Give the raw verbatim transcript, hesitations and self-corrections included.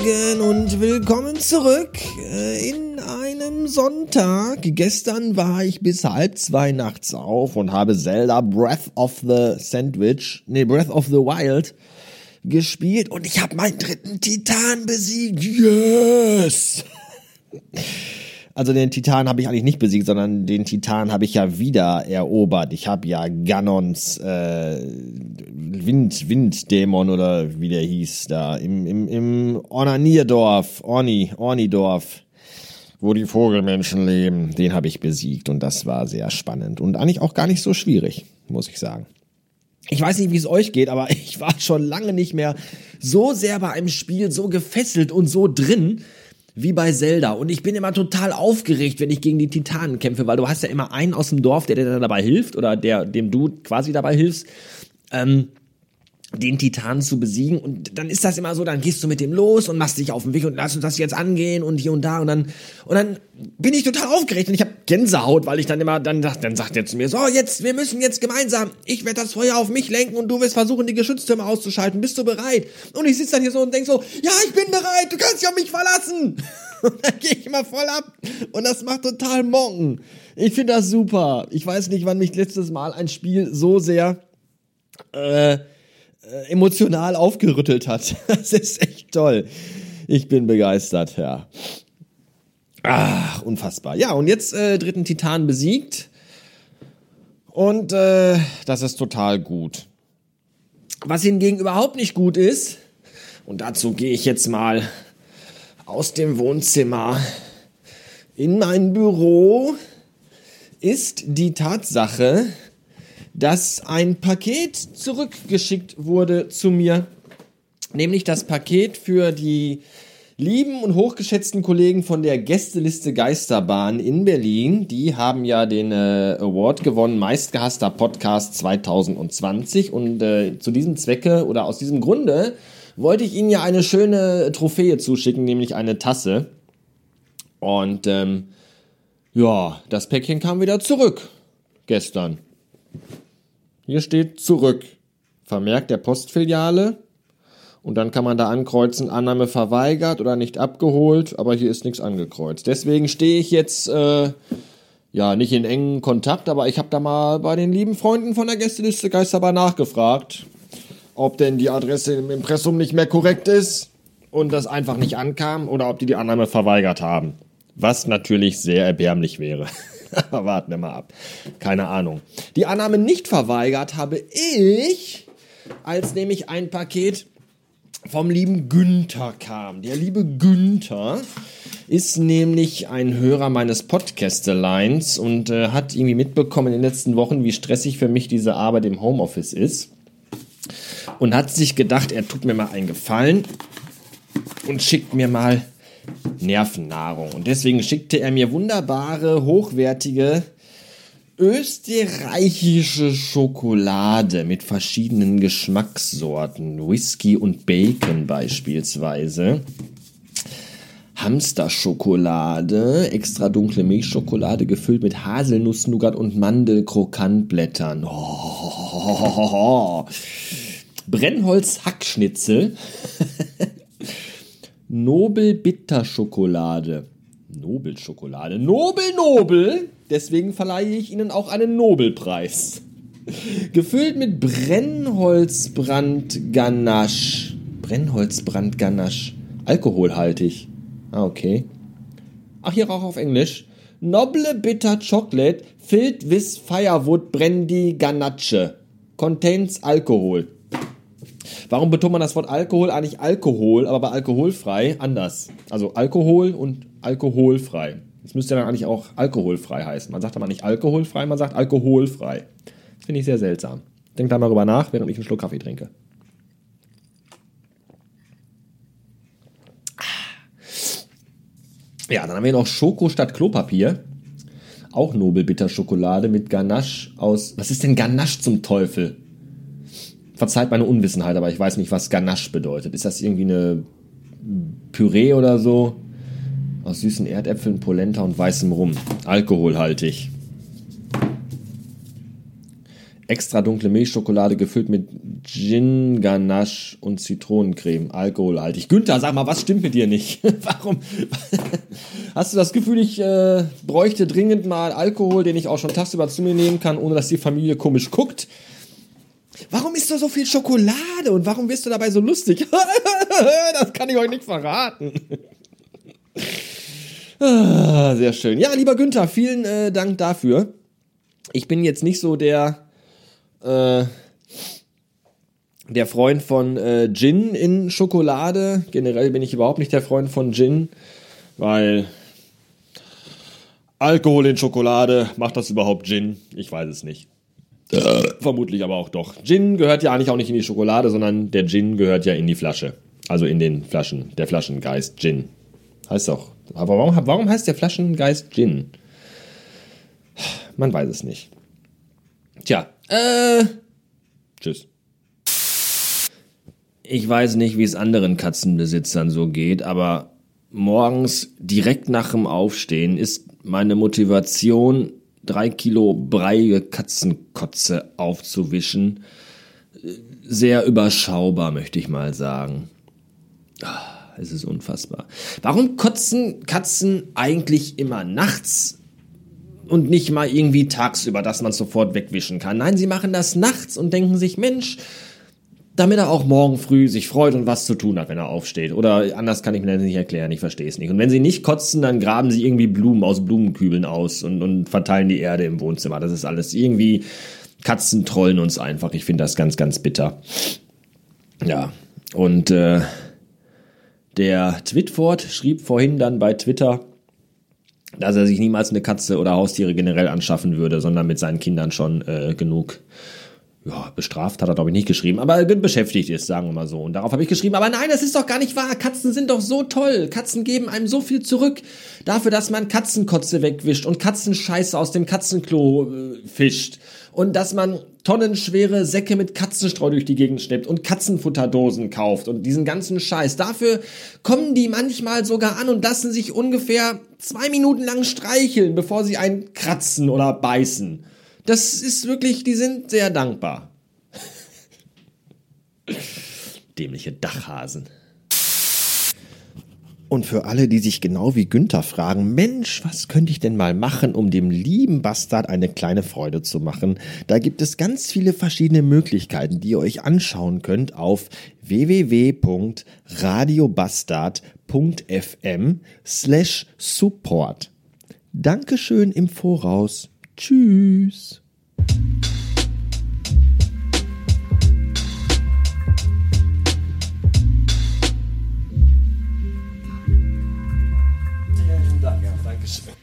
Morgen und willkommen zurück äh, in einem Sonntag. Gestern war ich bis halb zwei nachts auf und habe Zelda Breath of the Sandwich, nee, Breath of the Wild gespielt und ich habe meinen dritten Titan besiegt. Yes! Also den Titan habe ich eigentlich nicht besiegt, sondern den Titan habe ich ja wieder erobert. Ich habe ja Ganons äh, Wind, Winddämon oder wie der hieß da im im im Ornanierdorf, Orni, Ornidorf, wo die Vogelmenschen leben. Den habe ich besiegt und das war sehr spannend und eigentlich auch gar nicht so schwierig, muss ich sagen. Ich weiß nicht, wie es euch geht, aber ich war schon lange nicht mehr so sehr bei einem Spiel so gefesselt und so drin wie bei Zelda. Und ich bin immer total aufgeregt, wenn ich gegen die Titanen kämpfe, weil du hast ja immer einen aus dem Dorf, der dir dabei hilft oder der, dem du quasi dabei hilfst, ähm, den Titanen zu besiegen. Und dann ist das immer so, dann gehst du mit dem los und machst dich auf den Weg und lass uns das jetzt angehen und hier und da und dann und dann bin ich total aufgeregt und ich habe Gänsehaut, weil ich dann immer, dann, dann sagt er zu mir, so jetzt, wir müssen jetzt gemeinsam, ich werde das Feuer auf mich lenken und du wirst versuchen, die Geschütztürme auszuschalten, bist du bereit? Und ich sitze dann hier so und denk so, ja, ich bin bereit, du kannst dich auf mich verlassen. Und dann gehe ich immer voll ab und das macht total Monken. Ich finde das super. Ich weiß nicht, wann mich letztes Mal ein Spiel so sehr äh, emotional aufgerüttelt hat. Das ist echt toll. Ich bin begeistert, ja. Ach, unfassbar. Ja, und jetzt äh, dritten Titan besiegt. Und äh, das ist total gut. Was hingegen überhaupt nicht gut ist, und dazu gehe ich jetzt mal aus dem Wohnzimmer in mein Büro, ist die Tatsache, dass ein Paket zurückgeschickt wurde zu mir, nämlich das Paket für die lieben und hochgeschätzten Kollegen von der Gästeliste Geisterbahn in Berlin. Die haben ja den äh, Award gewonnen, meistgehasster Podcast zwanzig zwanzig und äh, zu diesem Zwecke oder aus diesem Grunde wollte ich ihnen ja eine schöne Trophäe zuschicken, nämlich eine Tasse. Und ähm, ja, das Päckchen kam wieder zurück gestern. Hier steht zurück, Vermerk der Postfiliale und dann kann man da ankreuzen, Annahme verweigert oder nicht abgeholt, aber hier ist nichts angekreuzt. Deswegen stehe ich jetzt, äh, ja, nicht in engen Kontakt, aber ich habe da mal bei den lieben Freunden von der Gästeliste Geisterbahn nachgefragt, ob denn die Adresse im Impressum nicht mehr korrekt ist und das einfach nicht ankam oder ob die die Annahme verweigert haben, was natürlich sehr erbärmlich wäre. Warten wir mal ab. Keine Ahnung. Die Annahme nicht verweigert habe ich, als nämlich ein Paket vom lieben Günther kam. Der liebe Günther ist nämlich ein Hörer meines Podcasteleins und äh, hat irgendwie mitbekommen in den letzten Wochen, wie stressig für mich diese Arbeit im Homeoffice ist. Und hat sich gedacht, er tut mir mal einen Gefallen und schickt mir mal Nervennahrung. Und deswegen schickte er mir wunderbare, hochwertige österreichische Schokolade mit verschiedenen Geschmackssorten. Whisky und Bacon beispielsweise. Hamsterschokolade, extra dunkle Milchschokolade, gefüllt mit Haselnuss, Nougat und Mandelkrokantblättern. Oh. Brennholz-Hackschnitzel. Nobel-Bitterschokolade. Nobel-Schokolade. Nobel, Nobel. Deswegen verleihe ich Ihnen auch einen Nobelpreis. Gefüllt mit Brennholzbrand-Ganache. Brennholzbrand-Ganache. Alkoholhaltig. Ah, okay. Ach, hier auch auf Englisch. Noble Bitter Chocolate filled with firewood brandy Ganache. Contains Alkohol. Warum betont man das Wort Alkohol? Eigentlich Alkohol, aber bei alkoholfrei anders. Also Alkohol und alkoholfrei. Das müsste ja dann eigentlich auch alkoholfrei heißen. Man sagt aber nicht alkoholfrei, man sagt alkoholfrei. Das finde ich sehr seltsam. Denk da mal drüber nach, während ich einen Schluck Kaffee trinke. Ja, dann haben wir noch Schoko statt Klopapier. Auch Nobel-Bitter-Schokolade mit Ganache aus... Was ist denn Ganache zum Teufel? Verzeiht meine Unwissenheit, aber ich weiß nicht, was Ganache bedeutet. Ist das irgendwie eine Püree oder so? Aus süßen Erdäpfeln, Polenta und weißem Rum. Alkoholhaltig. Extra dunkle Milchschokolade gefüllt mit Gin, Ganache und Zitronencreme. Alkoholhaltig. Günther, sag mal, was stimmt mit dir nicht? Warum? Hast du das Gefühl, ich äh, bräuchte dringend mal Alkohol, den ich auch schon tagsüber zu mir nehmen kann, ohne dass die Familie komisch guckt? Warum isst du so viel Schokolade und warum wirst du dabei so lustig? Das kann ich euch nicht verraten. Ah, sehr schön. Ja, lieber Günther, vielen äh, Dank dafür. Ich bin jetzt nicht so der äh, der Freund von äh, Gin in Schokolade. Generell bin ich überhaupt nicht der Freund von Gin, weil Alkohol in Schokolade, macht das überhaupt Gin? Ich weiß es nicht. Äh, vermutlich aber auch doch. Gin gehört ja eigentlich auch nicht in die Schokolade, sondern der Gin gehört ja in die Flasche. Also in den Flaschen. Der Flaschengeist Gin. Heißt doch. Aber warum, warum heißt der Flaschengeist Gin? Man weiß es nicht. Tja, äh, tschüss. Ich weiß nicht, wie es anderen Katzenbesitzern so geht, aber morgens direkt nach dem Aufstehen ist meine Motivation, drei Kilo breiige Katzenkotze aufzuwischen, sehr überschaubar, möchte ich mal sagen. Es ist unfassbar. Warum kotzen Katzen eigentlich immer nachts und nicht mal irgendwie tagsüber, dass man es sofort wegwischen kann? Nein, sie machen das nachts und denken sich, Mensch, damit er auch morgen früh sich freut und was zu tun hat, wenn er aufsteht. Oder anders kann ich mir das nicht erklären, ich verstehe es nicht. Und wenn sie nicht kotzen, dann graben sie irgendwie Blumen aus Blumenkübeln aus und, und verteilen die Erde im Wohnzimmer. Das ist alles irgendwie, Katzen trollen uns einfach. Ich finde das ganz, ganz bitter. Ja, und äh, der Twitford schrieb vorhin dann bei Twitter, dass er sich niemals eine Katze oder Haustiere generell anschaffen würde, sondern mit seinen Kindern schon äh, genug ja, bestraft hat er, glaube ich, nicht geschrieben, aber beschäftigt ist, sagen wir mal so. Und darauf habe ich geschrieben, aber nein, das ist doch gar nicht wahr. Katzen sind doch so toll. Katzen geben einem so viel zurück. Dafür, dass man Katzenkotze wegwischt und Katzenscheiße aus dem Katzenklo äh, fischt. Und dass man tonnenschwere Säcke mit Katzenstreu durch die Gegend schleppt und Katzenfutterdosen kauft und diesen ganzen Scheiß. Dafür kommen die manchmal sogar an und lassen sich ungefähr zwei Minuten lang streicheln, bevor sie einen kratzen oder beißen. Das ist wirklich, die sind sehr dankbar. Dämliche Dachhasen. Und für alle, die sich genau wie Günther fragen, Mensch, was könnte ich denn mal machen, um dem lieben Bastard eine kleine Freude zu machen? Da gibt es ganz viele verschiedene Möglichkeiten, die ihr euch anschauen könnt auf w w w punkt radiobastard punkt f m slash support. Dankeschön im Voraus. Tschüss. Vielen Dank. Ja, Dankeschön.